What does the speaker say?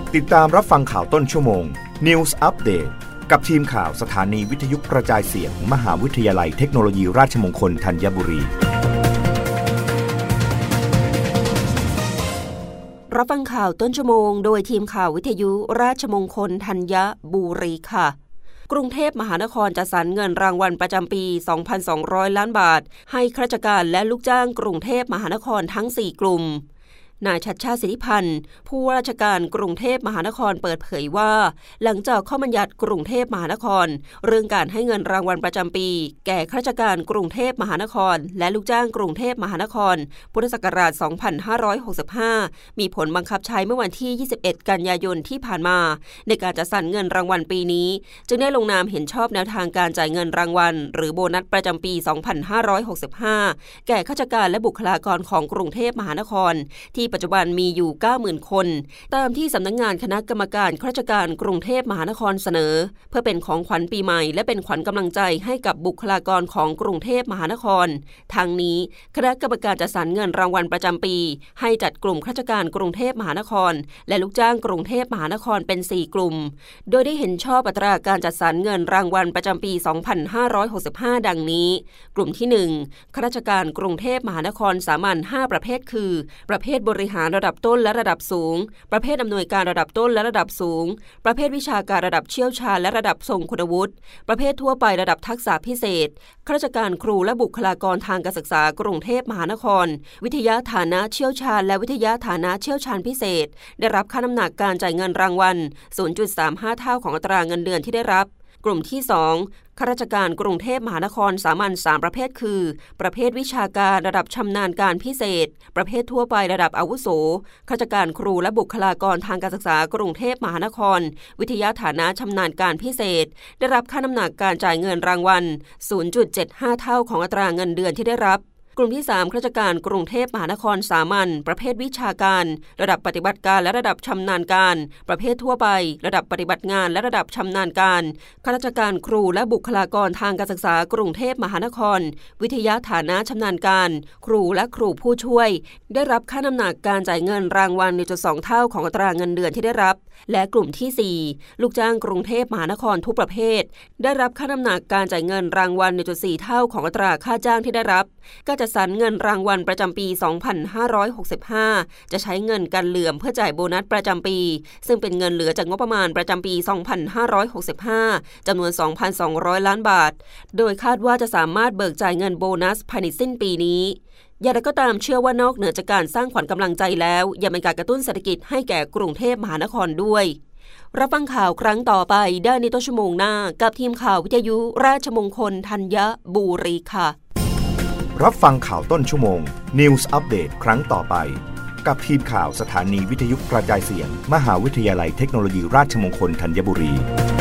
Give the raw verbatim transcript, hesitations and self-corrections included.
ติดตามรับฟังข่าวต้นชั่วโมง News Update กับทีมข่าวสถานีวิทยุกระจายเสียง มหาวิทยาลัยเทคโนโลยีราชมงคลธัญบุรีรับฟังข่าวต้นชั่วโมงโดยทีมข่าววิทยุราชมงคลธัญบุรีค่ะกรุงเทพมหานครจัดสรรเงินรางวัลประจำปี สองพันสองร้อย ล้านบาทให้ข้าราชการและลูกจ้างกรุงเทพมหานครทั้ง สี่ กลุ่มนายชัชชาติ สิทธิพันธ์ผู้ว่าราชการกรุงเทพมหานครเปิดเผยว่าหลังจากข้อบัญญัติกรุงเทพมหานครเรื่องการให้เงินรางวัลประจำปีแก่ข้าราชการกรุงเทพมหานครและลูกจ้างกรุงเทพมหานครพุทธศักราช สองพันห้าร้อยหกสิบห้า มีผลบังคับใช้เมื่อวันที่ ยี่สิบเอ็ด กันยายนที่ผ่านมาในการจัดสรรเงินรางวัลปีนี้จึงได้ลงนามเห็นชอบแนวทางการจ่ายเงินรางวัลหรือโบนัสประจำปี สองพันห้าร้อยหกสิบห้า แก่ข้าราชการและบุคลากรของกรุงเทพมหานครที่ปัจจุบันมีอยู่เก้าหมื่น คนตามที่สำนักงานคณะกรรมการข้าราชการกรุงเทพมหานครเสนอเพื่อเป็นของขวัญปีใหม่และเป็นขวัญกำลังใจให้กับบุคลากรของกรุงเทพมหานครทางนี้คณะกรรมการจัดสรรเงินรางวัลประจำปีให้จัดกลุ่มข้าราชการกรุงเทพมหานครและลูกจ้างกรุงเทพมหานครเป็น สี่ กลุ่มโดยได้เห็นชอบอัตราการจัดสรรเงินรางวัลประจำปี สองพันห้าร้อยหกสิบห้า ดังนี้กลุ่มที่ หนึ่งข้าราชการกรุงเทพมหานครสามัญ ห้า ประเภทคือประเภทบริหารระดับต้นและระดับสูงประเภทอำนวยการระดับต้นและระดับสูงประเภทวิชาการระดับเชี่ยวชาญและระดับทรงคุณวุฒิประเภททั่วไประดับทักษะพิเศษข้าราชการครูและบุคลากรทางการศึกษากรุงเทพมหานครวิทยาฐานะเชี่ยวชาญและวิทยาฐานะเชี่ยวชาญพิเศษได้รับค่าน้ำหนักการจ่ายเงินรางวัล ศูนย์จุดสามห้า เท่าของอัตราเงินเดือนที่ได้รับกลุ่มที่ สองข้าราชการกรุงเทพมหานครสามัญ สาม ประเภทคือประเภทวิชาการระดับชำนาญการพิเศษประเภททั่วไประดับอาวุโสข้าราชการครูและบุคลากรทางการศึกษากรุงเทพมหานครวิทยาฐานะชำนาญการพิเศษได้รับค่าน้ำหนักการจ่ายเงินรางวัล ศูนย์จุดเจ็ดห้า เท่าของอัตราเงินเดือนที่ได้รับกลุ่มที่ สามข้าราชการกรุงเทพมหานครสามัญประเภทวิชาการระดับปฏิบัติการและระดับชำนาญการประเภททั่วไประดับปฏิบัติงานและระดับชำนาญการข้าราชการครูและบุคลากรทางการศึกษากรุงเทพมหานครวิทยาฐานะชำนาญการครูและครูผู้ช่วยได้รับค่าน้ำหนักการจ่ายเงินรางวัล หนึ่งจุดสอง เท่าของอัตราเงินเดือนที่ได้รับและกลุ่มที่ สี่ลูกจ้างกรุงเทพมหานครทุกประเภทได้รับค่าน้ำหนักการจ่ายเงินรางวัล หนึ่งจุดสี่ เท่าของอัตราค่าจ้างที่ได้รับก็จะสรรเงินรางวัลประจำปี สองพันห้าร้อยหกสิบห้า จะใช้เงินกันเหลื่อมเพื่อจ่ายโบนัสประจำปีซึ่งเป็นเงินเหลือจากงบประมาณประจำปี สองพันห้าร้อยหกสิบห้า จำนวน สองพันสองร้อย ล้านบาทโดยคาดว่าจะสามารถเบิกจ่ายเงินโบนัสภายในสิ้นปีนี้อย่างไรก็ตามเชื่อว่านอกเหนือจากการสร้างขวัญกำลังใจแล้วยังเป็นการกระตุ้นเศรษฐกิจให้แก่กรุงเทพมหานครด้วยรับฟังข่าวครั้งต่อไปได้ในต้นชั่วโมงหน้ากับทีมข่าววิทยุราชมงคลธัญบุรีค่ะรับฟังข่าวต้นชั่วโมง News Update ครั้งต่อไปกับทีมข่าวสถานีวิทยุกระจายเสียง มหาวิทยาลัยเทคโนโลยีราชมงคลธัญบุรี